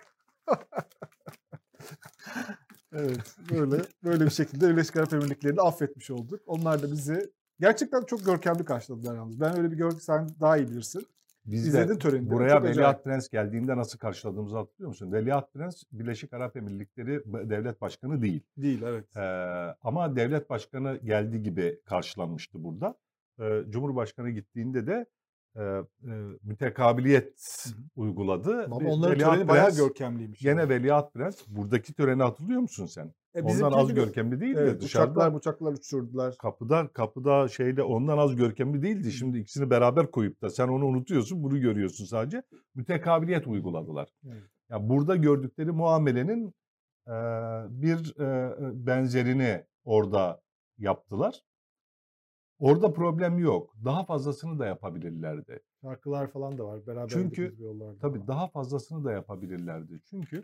Evet, böyle böyle bir şekilde Birleşik Arap Emirlikleri'ni affetmiş olduk. Onlar da bizi gerçekten çok görkemli karşıladılar yalnız. Ben öyle bir gördüm, sen daha iyi bilirsin. Biz İzledin de töreni. buraya Çok Veliaht acayip. Prens geldiğinde nasıl karşıladığımızı hatırlıyor musun? Veliaht Prens Birleşik Arap Emirlikleri devlet başkanı değil. Değil, evet. Ee, ama devlet başkanı geldiği gibi karşılanmıştı burada. Ee, Cumhurbaşkanı gittiğinde de e, e, mütekabiliyet uyguladı. Ama Ve onların Veliaht töreni bayağı Prens, görkemliymiş. Gene yani. Veliaht Prens buradaki töreni hatırlıyor musun sen? E, Ondan bizimki az gibi- görkemli değildi. Evet, Dışarıda uçaklar uçaklar uçurdular. kapıda kapıda şeyde ondan az görkemli değildi. Şimdi ikisini beraber koyup da sen onu unutuyorsun, bunu görüyorsun sadece. Mütekabiliyet uyguladılar. Evet. Ya burada gördükleri muamelenin e, bir e, benzerini orada yaptılar. Orada problem yok. Daha fazlasını da yapabilirlerdi. Şarkılar falan da var. Beraber Çünkü gittiğimiz yollarda tabii falan. daha fazlasını da yapabilirlerdi. Çünkü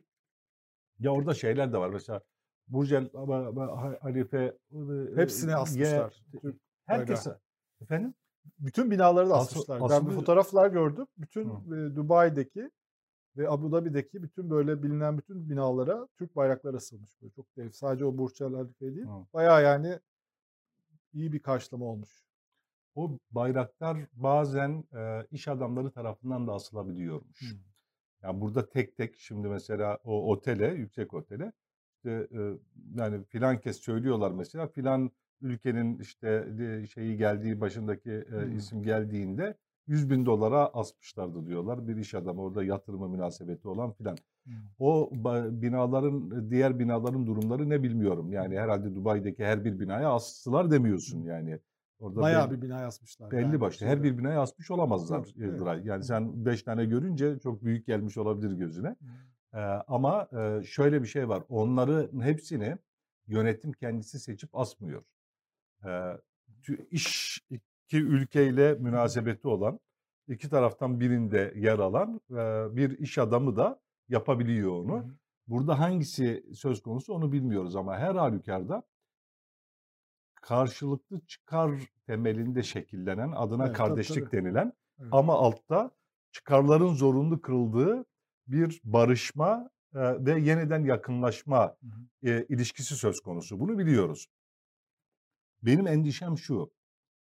ya orada şeyler de var. Mesela Burj El Halife Hepsini asmışlar. Türk Herkes bayrağı. efendim Bütün binaları da Asıl- asmışlar. Ben asılı- bir fotoğraflar gördüm. Bütün Hı. e, Dubai'deki ve Abu Dhabi'deki bütün böyle bilinen bütün binalara Türk bayrakları asılmış. Böyle çok dev. Sadece o Burj El Halife değil. Hı. Bayağı yani iyi bir karşılama olmuş. o bayraklar bazen e, iş adamları tarafından da asılabiliyormuş. Hı. Yani burada tek tek şimdi mesela o otele, yüksek otele işte e, yani filan kez söylüyorlar mesela filan ülkenin işte de- şeyi geldiği başındaki e, Hmm. isim geldiğinde yüz bin dolara asmışlardı diyorlar. Bir iş adamı orada yatırıma münasebeti olan filan. Hmm. O ba- binaların diğer binaların durumları ne bilmiyorum. Yani herhalde Dubai'deki her bir binaya astılar demiyorsun yani. Orada Bayağı belli- bir bina yazmışlar. Belli yani başlı. Her şeyde. bir binaya asmış olamazlar Tabii, Yıldıray. evet. Yani Hı. sen beş tane görünce çok büyük gelmiş olabilir gözüne. Hı. Ee, ama e, şöyle bir şey var. Onların hepsini yönetim kendisi seçip asmıyor. Ee, tü- iş iki ülkeyle münasebeti olan, iki taraftan birinde yer alan e, bir iş adamı da yapabiliyor onu. Hı. Burada hangisi söz konusu onu bilmiyoruz ama her halükarda karşılıklı çıkar temelinde şekillenen, adına Evet, tabii, kardeşlik tabii. denilen Evet. ama altta çıkarların zorunlu kırıldığı bir barışma e, ve yeniden yakınlaşma Hı hı. e, ilişkisi söz konusu. Bunu biliyoruz. Benim endişem şu.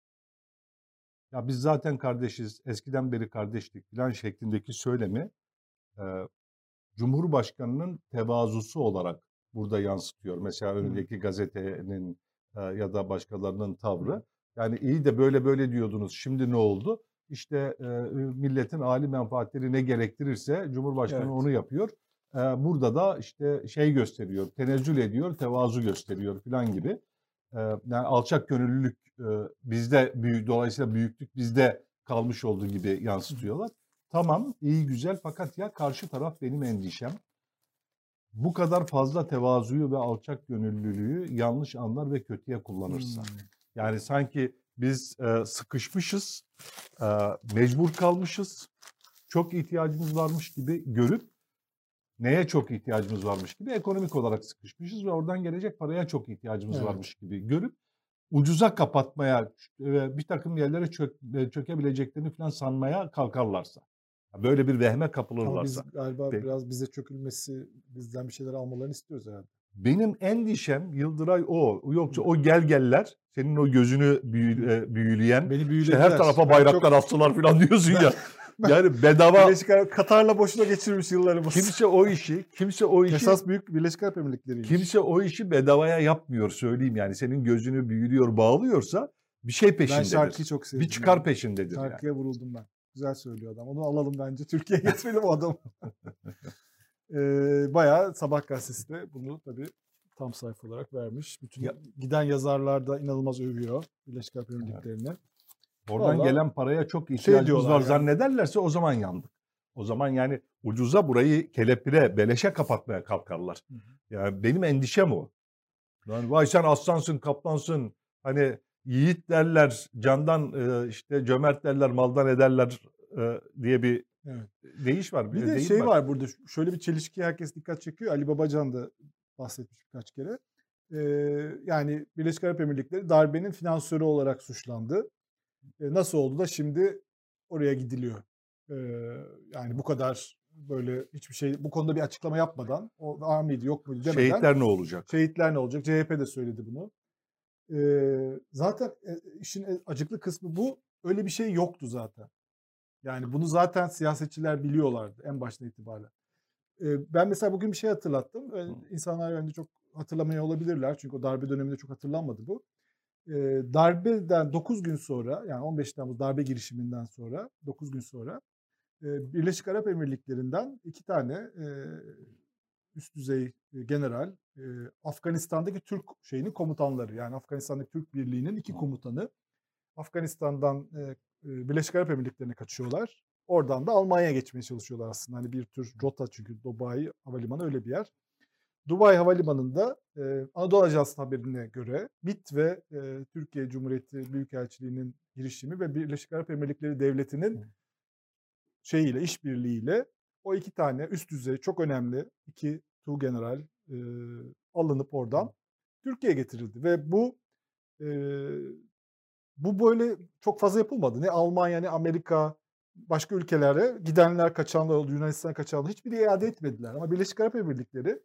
Ya biz zaten kardeşiz, eskiden beri kardeşlik falan şeklindeki söylemi e, Cumhurbaşkanının tevazusu olarak burada yansıtıyor. Mesela önündeki gazetenin e, ya da başkalarının tavrı. Yani iyi de böyle böyle diyordunuz. Şimdi ne oldu? İşte e, milletin âli menfaatleri ne gerektirirse Cumhurbaşkanı Evet. onu yapıyor. E, burada da işte şey gösteriyor, tenezzül ediyor, tevazu gösteriyor falan gibi. E, yani alçak gönüllülük e, bizde büyük, dolayısıyla büyüklük bizde kalmış olduğu gibi yansıtıyorlar. Tamam, iyi güzel fakat ya karşı taraf benim endişem. Bu kadar fazla tevazuyu ve alçak gönüllülüğü yanlış anlar ve kötüye kullanırsa. Hmm. Yani sanki biz e, sıkışmışız, e, mecbur kalmışız, çok ihtiyacımız varmış gibi görüp neye çok ihtiyacımız varmış gibi ekonomik olarak sıkışmışız ve oradan gelecek paraya çok ihtiyacımız Evet. varmış gibi görüp ucuza kapatmaya ve bir takım yerlere çök, çökebileceklerini falan sanmaya kalkarlarsa. Böyle bir vehme Ama kapılırlarsa. biz galiba Be- biraz bize çökülmesi, bizden bir şeyler almalarını istiyoruz herhalde. Benim endişem Yıldıray o. Yoksa o gelgeller senin o gözünü büyü, e, büyüleyen Beni işte büyülediler. her tarafa Ben bayraklar çok- astılar falan diyorsun ya. Ben- Yani bedava Birleşik Arap Katar'la boşuna geçirmiş yıllarımız. kimse o işi kimse o işi Esas büyük Birleşik Arap Emirlikleri'ymiş. kimse o işi bedavaya yapmıyor söyleyeyim yani. Senin gözünü büyülüyor, bağlıyorsa bir şey Ben peşindedir. şarkıyı çok sevdim. Bir çıkar yani. peşindedir yani. Şarkıya vuruldum ben. Güzel söylüyor adam. Onu alalım bence. Türkiye'ye getirelim o adamı. ee, bayağı Sabah gazetesi de bunu tabii tam sayfa olarak vermiş. Bütün Ya- giden yazarlar da inanılmaz övüyor Birleşik Arap Emirlikleri'ni. Oradan Vallahi gelen paraya çok ihtiyacımız diyorlar var yani. zannederlerse o zaman yandık. O zaman yani ucuza burayı kelepire, beleşe kapatmaya kalkarlar. Hı hı. Yani benim endişem o. Yani vay sen aslansın, kaplansın. Hani yiğit derler, candan e, işte cömert derler, maldan ederler e, diye bir Evet. deyiş var, Bir bir de deyim şey var. var burada, ş- şöyle bir çelişki herkes dikkat çekiyor. Ali Babacan da bahsetmiş birkaç kere. Ee, yani Birleşik Arap Emirlikleri darbenin finansörü olarak suçlandı. Ee, nasıl oldu da şimdi oraya gidiliyor? Ee, yani bu kadar böyle hiçbir şey, bu konuda bir açıklama yapmadan, o var mıydı yok muydu demeden, Şehitler ne olacak? şehitler ne olacak? C H P de söyledi bunu. Ee, zaten e, işin e- acıklı kısmı bu. Öyle bir şey yoktu zaten. Yani bunu zaten siyasetçiler biliyorlardı en baştan itibaren. Ee, ben mesela bugün bir şey hatırlattım. Ee, Hı. insanlar bence çok hatırlamıyor olabilirler. Çünkü o darbe döneminde çok hatırlanmadı bu. Ee, darbeden dokuz gün sonra, yani on beş Temmuz darbe girişiminden sonra dokuz gün sonra e, Birleşik Arap Emirlikleri'nden iki tane e, üst düzey e, general, e, Afganistan'daki Türk şeyinin komutanları, yani Afganistan'daki Türk Birliği'nin iki komutanı Afganistan'dan e, e, Birleşik Arap Emirlikleri'ne kaçıyorlar. Oradan da Almanya'ya geçmeye çalışıyorlar aslında. Hani bir tür rota, çünkü Dubai Havalimanı öyle bir yer. Dubai Havalimanı'nda e, Anadolu Ajansı'nın haberine göre MİT ve e, Türkiye Cumhuriyeti Büyükelçiliği'nin girişimi ve Birleşik Arap Emirlikleri Devleti'nin şeyiyle, işbirliğiyle o iki tane üst düzey çok önemli iki tuğgeneral e, alınıp oradan Türkiye'ye getirildi ve bu e, bu böyle çok fazla yapılmadı. Ne Almanya ne Amerika, başka ülkelere gidenler, kaçanlar oldu, Yunanistan'a kaçanlar hiçbiri iade etmediler. Ama Birleşik Arap Emirlikleri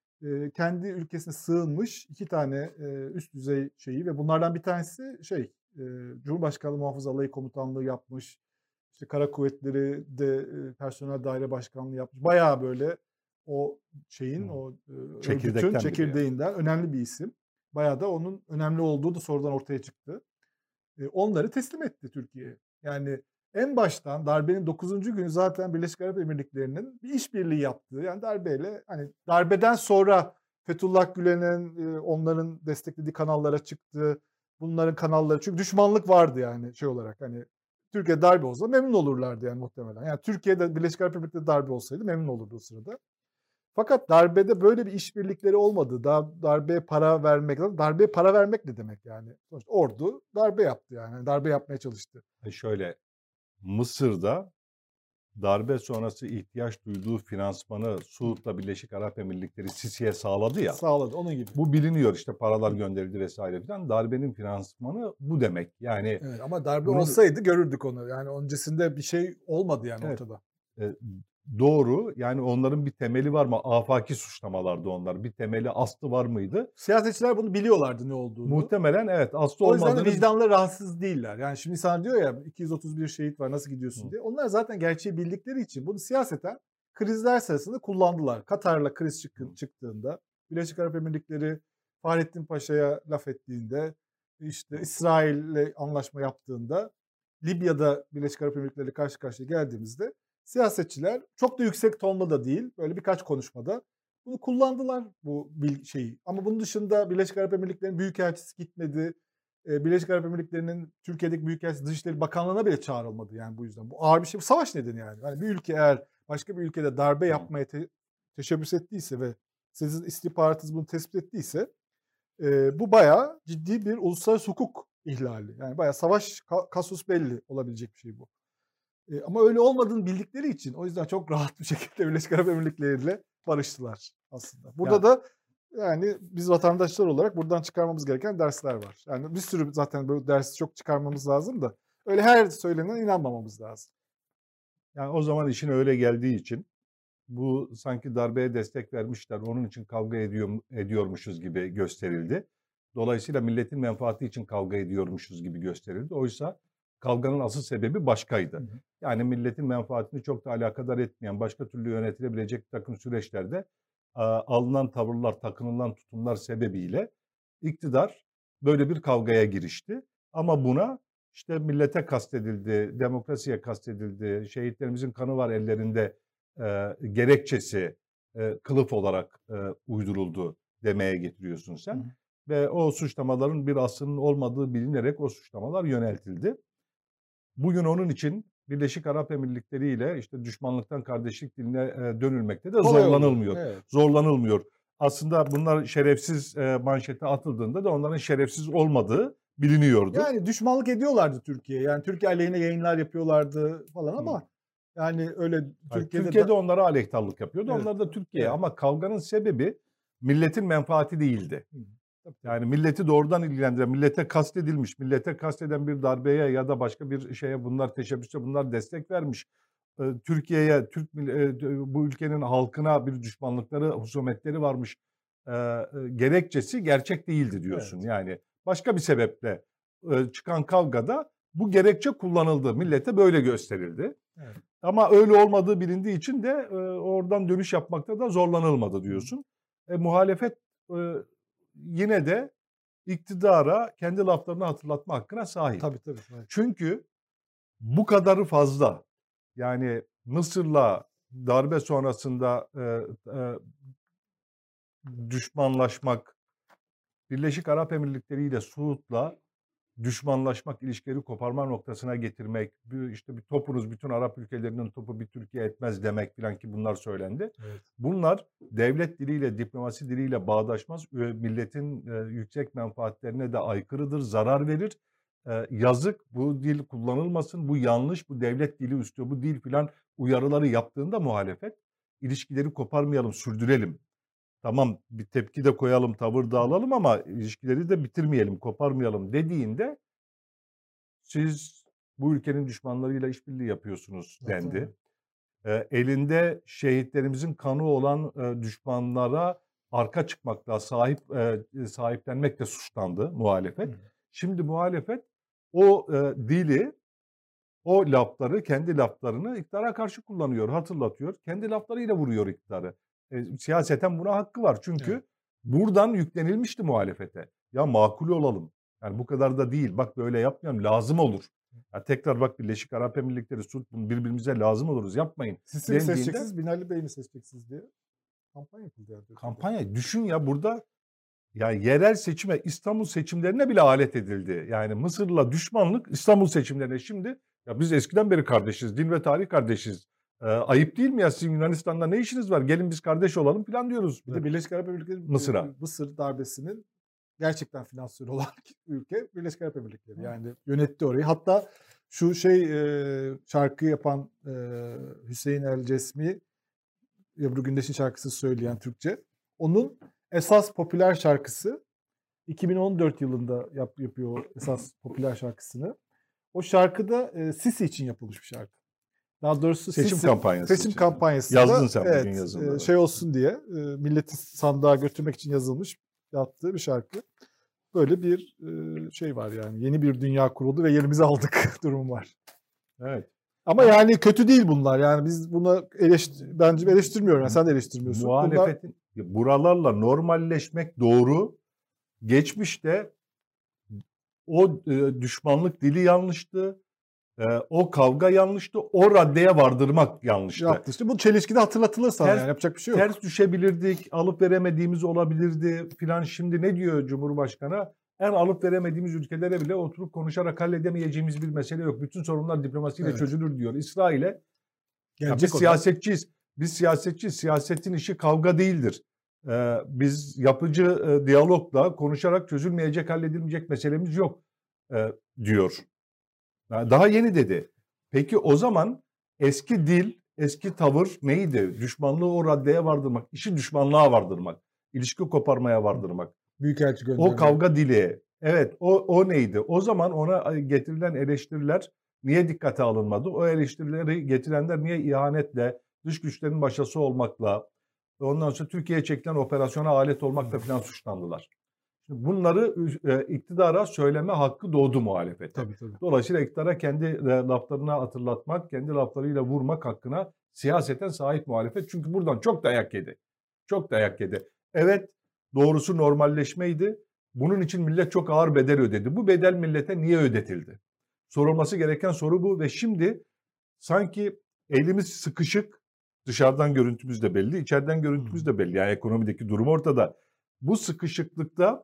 e, kendi ülkesine sığınmış iki tane e, üst düzey şeyi ve bunlardan bir tanesi şey e, Cumhurbaşkanlığı Muhafız Alayı Komutanlığı yapmış. İşte Kara Kuvvetleri de e, Personel Daire Başkanlığı yapmış. Bayağı böyle o şeyin, o e, örgütün Çekirdekten biri yani. çekirdeğinden önemli bir isim. Bayağı da onun önemli olduğu da sonradan ortaya çıktı. E, onları teslim etti Türkiye'ye. Yani en baştan darbenin dokuzuncu günü zaten Birleşik Arap Emirlikleri'nin bir işbirliği yaptığı, yani darbeyle, hani darbeden sonra Fethullah Gülen'in e, onların desteklediği kanallara çıktı. Bunların kanalları, çünkü düşmanlık vardı yani şey olarak, hani Türkiye darbe olsa memnun olurlardı yani muhtemelen. Yani Türkiye'de Birleşik Arap Emirlikleri darbe olsaydı memnun olurdu o sırada. Fakat darbede böyle bir işbirlikleri olmadı. Daha darbeye para vermek, darbeye para vermek ne demek yani? Sonuçta ordu darbe yaptı yani. Yani darbe yapmaya çalıştı. E şöyle, Mısır'da darbe sonrası ihtiyaç duyduğu finansmanı Suud'la Birleşik Arap Emirlikleri Sisi'ye sağladı ya. Sağladı onun gibi. Bu biliniyor, işte paralar gönderildi vesaire filan. Darbenin finansmanı bu demek. Yani Evet, ama darbe bunu olsaydı görürdük onu. Yani öncesinde bir şey olmadı yani evet, ortada. e, doğru. Yani onların bir temeli var mı? Afaki suçlamalardı onlar. Bir temeli, aslı var mıydı? Siyasetçiler bunu biliyorlardı ne olduğunu. Muhtemelen evet, aslı O yüzden de olmadığını. vicdanları rahatsız değiller. Yani şimdi sana diyor ya iki yüz otuz bir şehit var, nasıl gidiyorsun Hı. diye. Onlar zaten gerçeği bildikleri için bunu siyaseten krizler sırasında kullandılar. Katar'la kriz çıkın, çıktığında, Birleşik Arap Emirlikleri Fahrettin Paşa'ya laf ettiğinde, işte İsrail'le anlaşma yaptığında, Libya'da Birleşik Arap Emirlikleri karşı karşıya geldiğimizde siyasetçiler çok da yüksek tonda da değil, böyle birkaç konuşmada bunu kullandılar, bu bil- şeyi. Ama bunun dışında Birleşik Arap Emirlikleri'nin büyükelçisi gitmedi. Ee, Birleşik Arap Emirlikleri'nin Türkiye'deki büyükelçisi Dışişleri Bakanlığı'na bile çağrılmadı yani bu yüzden. Bu ağır bir şey. Bu savaş nedeni yani. Hani bir ülke eğer başka bir ülkede darbe yapmaya te- teşebbüs ettiyse ve sizin istihbaratınız bunu tespit ettiyse e, bu bayağı ciddi bir uluslararası hukuk ihlali. Yani bayağı savaş ka- kasus belli olabilecek bir şey bu. E, ama öyle olmadığını bildikleri için o yüzden çok rahat bir şekilde Birleşik Arap Emirlikleri'yle barıştılar aslında. Burada Ya, da yani biz vatandaşlar olarak buradan çıkarmamız gereken dersler var. Yani bir sürü zaten böyle dersi çok çıkarmamız lazım da öyle her söylenene inanmamamız lazım. yani o zaman işin öyle geldiği için bu sanki darbeye destek vermişler, onun için kavga ediyor, ediyormuşuz gibi gösterildi. Dolayısıyla milletin menfaati için kavga ediyormuşuz gibi gösterildi. Oysa kavganın asıl sebebi başkaydı. Hı hı. Yani milletin menfaatini çok da alakadar etmeyen, başka türlü yönetilebilecek bir takım süreçlerde a, alınan tavırlar, takınılan tutumlar sebebiyle iktidar böyle bir kavgaya girişti. Ama buna işte millete kastedildi, demokrasiye kastedildi, şehitlerimizin kanı var ellerinde e, gerekçesi e, kılıf olarak e, uyduruldu demeye getiriyorsun Hı sen. hı. Ve o suçlamaların bir aslının olmadığı bilinerek o suçlamalar yöneltildi. Bugün onun için Birleşik Arap Emirlikleri ile işte düşmanlıktan kardeşlik diline e, dönülmekte de Kolay zorlanılmıyor. oluyor, evet. Zorlanılmıyor. Aslında bunlar şerefsiz e, manşete atıldığında da onların şerefsiz olmadığı biliniyordu. Yani düşmanlık ediyorlardı Türkiye'ye. Yani Türkiye aleyhine yayınlar yapıyorlardı falan ama Hı. yani öyle Yani Türkiye'de, Türkiye'de da... onlara aleyhtarlık yapıyordu. Evet, Onlar da Türkiye'ye. evet. Ama kavganın sebebi milletin menfaati değildi. Hı. Tabii, tabii. Yani milleti doğrudan ilgilendiren, millete kastedilmiş, millete kasteden bir darbeye ya da başka bir şeye bunlar teşebbüste, bunlar destek vermiş. Ee, Türkiye'ye, Türk e, bu ülkenin halkına bir düşmanlıkları, husumetleri varmış. Ee, e, gerekçesi gerçek değildi diyorsun. Evet. Yani başka bir sebeple e, çıkan kavgada bu gerekçe kullanıldı. Millete böyle gösterildi. Evet. Ama öyle olmadığı bilindiği için de e, oradan dönüş yapmakta da zorlanılmadı diyorsun. E, muhalefet e, yine de iktidara kendi laflarını hatırlatma hakkına sahip. Tabii tabii. Evet. Çünkü bu kadarı fazla. Yani Mısır'la darbe sonrasında e, e, düşmanlaşmak, Birleşik Arap Emirlikleri ile Suud'la düşmanlaşmak, ilişkileri koparma noktasına getirmek, bir, işte bir topunuz bütün Arap ülkelerinin topu bir Türkiye etmez demek filan ki bunlar söylendi. Evet. Bunlar devlet diliyle, diplomasi diliyle bağdaşmaz. Milletin e, yüksek menfaatlerine de aykırıdır, zarar verir. E, yazık, bu dil kullanılmasın, bu yanlış, bu devlet dili üslubu değil filan uyarıları yaptığında muhalefet, ilişkileri koparmayalım, sürdürelim. Tamam bir tepki de koyalım, tavır da alalım ama ilişkileri de bitirmeyelim, koparmayalım dediğinde siz bu ülkenin düşmanlarıyla işbirliği yapıyorsunuz dendi. E, elinde şehitlerimizin kanı olan e, düşmanlara arka çıkmakla, sahip e, sahiplenmekle suçlandı muhalefet. Hı. Şimdi muhalefet o e, dili, o lafları, kendi laflarını iktidara karşı kullanıyor, hatırlatıyor. Kendi laflarıyla vuruyor iktidarı. E, siyaseten buna hakkı var. Çünkü evet. buradan yüklenilmişti muhalefete. Ya makul olalım. Yani bu kadar da değil. Bak böyle yapmayalım. Lazım olur. Ya tekrar bak Birleşik Arap Emirlikleri, Suud birbirimize lazım oluruz. Yapmayın. Siz mi seçeceksiniz, Binali Bey mi seçeceksiniz diye kampanya yapıldı. Yani. Kampanya. Düşün ya burada ya yerel seçime, İstanbul seçimlerine bile alet edildi. Yani Mısır'la düşmanlık İstanbul seçimlerine şimdi ya biz eskiden beri kardeşiz. Din ve tarih kardeşiz. Ee, ayıp değil mi ya sizin Yunanistan'da ne işiniz var? Gelin biz kardeş olalım falan diyoruz. Bir de Birleşik Arap Emirlikleri Mısır'a. Mısır darbesinin gerçekten finansörü olan ülke Birleşik Arap Emirlikleri. Yani yönetti orayı. Hatta şu şey e, şarkı yapan e, Hüseyin El Cesmi, Ebru Gündeş'in şarkısı söyleyen Türkçe. Onun esas popüler şarkısı iki bin on dört yılında yap, yapıyor esas popüler şarkısını. O şarkıda e, Sisi için yapılmış bir şarkı. Daha doğrusu seçim Sisi, kampanyası seçim için. kampanyasında yazdın sen evet, bugün yazında. E, şey olsun diye e, milleti sandığa götürmek için yazılmış, yaptığı bir şarkı. Böyle bir e, şey var yani. Yeni bir dünya kuruldu ve yerimizi aldık durum var. Evet. Ama yani kötü değil bunlar. Yani biz buna eleştir, bence eleştirmiyorum. Yani sen de eleştirmiyorsun. Muhalefetin bunlar... buralarla normalleşmek doğru. Geçmişte o e, düşmanlık dili yanlıştı. E, o kavga yanlıştı. O raddeye vardırmak yanlıştı. Yaptı işte. Bu çelişkide hatırlatılırsa ters, yani yapacak bir şey yok. Ters düşebilirdik. Alıp veremediğimiz olabilirdi filan. Şimdi ne diyor Cumhurbaşkanı? En alıp veremediğimiz ülkelere bile oturup konuşarak halledemeyeceğimiz bir mesele yok. Bütün sorunlar diplomasiyle evet. çözülür diyor. İsrail'e ya biz siyasetçiyiz. Biz siyasetçiyiz. Siyasetin işi kavga değildir. Ee, biz yapıcı e, diyalogla konuşarak çözülmeyecek, halledilmeyecek meselemiz yok e, diyor. Yani daha yeni dedi. Peki o zaman eski dil, eski tavır neydi? Düşmanlığı o raddeye vardırmak, işi düşmanlığa vardırmak, ilişki koparmaya vardırmak. Büyükelçi göndermek. O kavga dili. Evet, o o neydi? O zaman ona getirilen eleştiriler niye dikkate alınmadı? O eleştirileri getirenler niye ihanetle, dış güçlerin başası olmakla, ondan sonra Türkiye'ye çekilen operasyona alet olmakla falan suçlandılar. Bunları e, iktidara söyleme hakkı doğdu muhalefete. Tabii, tabii. Dolayısıyla iktidara kendi laflarına hatırlatmak, kendi laflarıyla vurmak hakkına siyaseten sahip muhalefet. Çünkü buradan çok dayak yedi. Çok dayak yedi. Evet, doğrusu normalleşmeydi. Bunun için millet çok ağır bedel ödedi. Bu bedel millete niye ödetildi? Sorulması gereken soru bu ve şimdi sanki elimiz sıkışık, dışarıdan görüntümüz de belli, içeriden görüntümüz de belli. Yani ekonomideki durum ortada. Bu sıkışıklıkta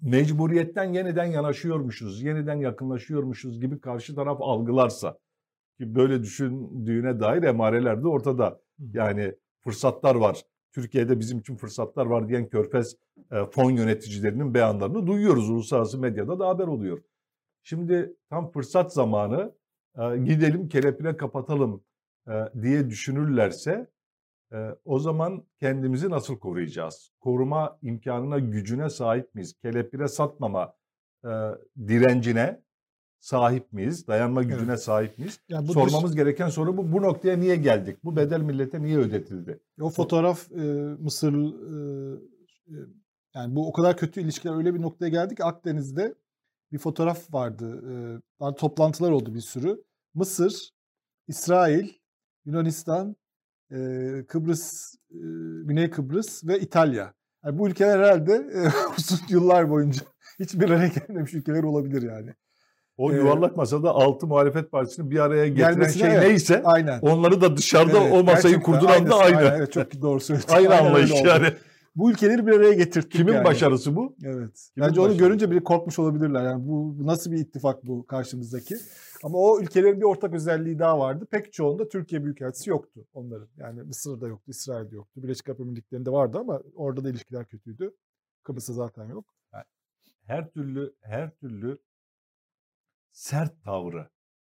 mecburiyetten yeniden yanaşıyormuşuz, yeniden yakınlaşıyormuşuz gibi karşı taraf algılarsa Ki böyle düşündüğüne dair emareler de ortada. Yani fırsatlar var. Türkiye'de bizim için fırsatlar var diyen Körfez e, fon yöneticilerinin beyanlarını duyuyoruz. Uluslararası medyada da haber oluyor. Şimdi tam fırsat zamanı e, gidelim kelepire kapatalım e, diye düşünürlerse e, o zaman kendimizi nasıl koruyacağız? Koruma imkanına, gücüne sahip miyiz? Kelepire satmama e, direncine sahip miyiz? Dayanma gücüne Evet. sahip miyiz? Yani bu Sormamız dış, gereken soru bu. Bu noktaya niye geldik? Bu bedel millete niye ödetildi? o fotoğraf e, Mısır e, e, yani bu o kadar kötü ilişkiler öyle bir noktaya geldi ki Akdeniz'de bir fotoğraf vardı. E, daha toplantılar oldu bir sürü. Mısır, İsrail, Yunanistan, e, Kıbrıs, e, Güney Kıbrıs ve İtalya. Yani bu ülkeler herhalde e, uzun yıllar boyunca hiçbir araya gelmemiş ülkeler olabilir yani. O Ee, yuvarlak masada altı muhalefet partisini bir araya getiren Gelmesine, şey evet, neyse aynen. onları da dışarıda Evet, o masayı gerçekten kurduran da aynısı, aynı. aynen, evet, çok doğru söyledin. Aynı Aynen anlayış öyle oldu. yani. Bu ülkeleri bir araya getirttik Kimin yani. başarısı bu? Evet. Kimin Bence onu başarısı? görünce bile korkmuş olabilirler. Yani bu, bu nasıl bir ittifak bu karşımızdaki? Ama o ülkelerin bir ortak özelliği daha vardı. Pek çoğunda Türkiye Büyükelçisi yoktu onların. Yani Mısır'da yoktu, İsrail'de yoktu. Birleşik Arap Emirlikleri'nde vardı ama orada da ilişkiler kötüydü. Kıbrıs'ta zaten yok. Her türlü her türlü sert tavrı,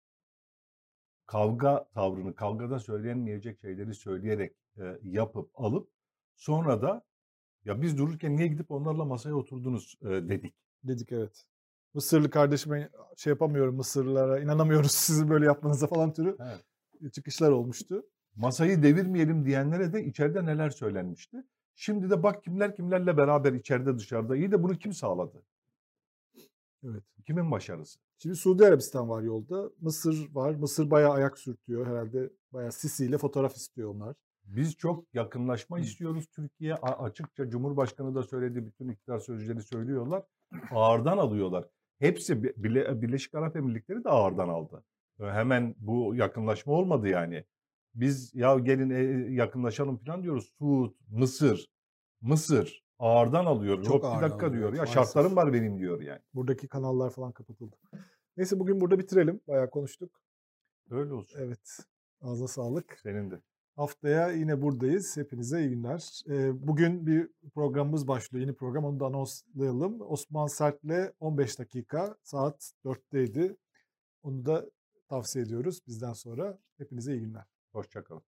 kavga tavrını, kavgada söylenmeyecek şeyleri söyleyerek e, yapıp alıp sonra da ya biz dururken niye gidip onlarla masaya oturdunuz e, dedik. Dedik, evet. Mısırlı kardeşime şey yapamıyorum, Mısırlılara inanamıyoruz sizin böyle yapmanıza falan türü Evet. çıkışlar olmuştu. Masayı devirmeyelim diyenlere de içeride neler söylenmişti. Şimdi de bak kimler kimlerle beraber içeride dışarıda. İyi de bunu kim sağladı? Evet. Kimin başarısı? Şimdi Suudi Arabistan var yolda. Mısır var. Mısır bayağı ayak sürtüyor herhalde. Bayağı Sisi ile fotoğraf istiyor onlar. Biz çok yakınlaşma Hı. istiyoruz Türkiye. A- açıkça Cumhurbaşkanı da söyledi, bütün iktidar sözcüleri söylüyorlar. Ağırdan alıyorlar. Hepsi Bile- Birleşik Arap Emirlikleri de ağırdan aldı. Hemen bu yakınlaşma olmadı yani. Biz ya gelin e, yakınlaşalım falan diyoruz. Suud, Mısır, Mısır ağırdan alıyor. Çok Yok bir ağırdan dakika alıyor, diyor evet, ya maalesef. şartlarım var benim diyor yani. Buradaki kanallar falan kapatıldı. Neyse bugün burada bitirelim. Bayağı konuştuk. Öyle olsun. Evet. Ağzına sağlık. Senin de. Haftaya yine buradayız. Hepinize iyi günler. Ee, bugün bir programımız başlıyor. Yeni program. Onu da anonslayalım. Osman Sert'le on beş dakika. Saat dörtteydi. Onu da tavsiye ediyoruz bizden sonra. Hepinize iyi günler. Hoşça kalın.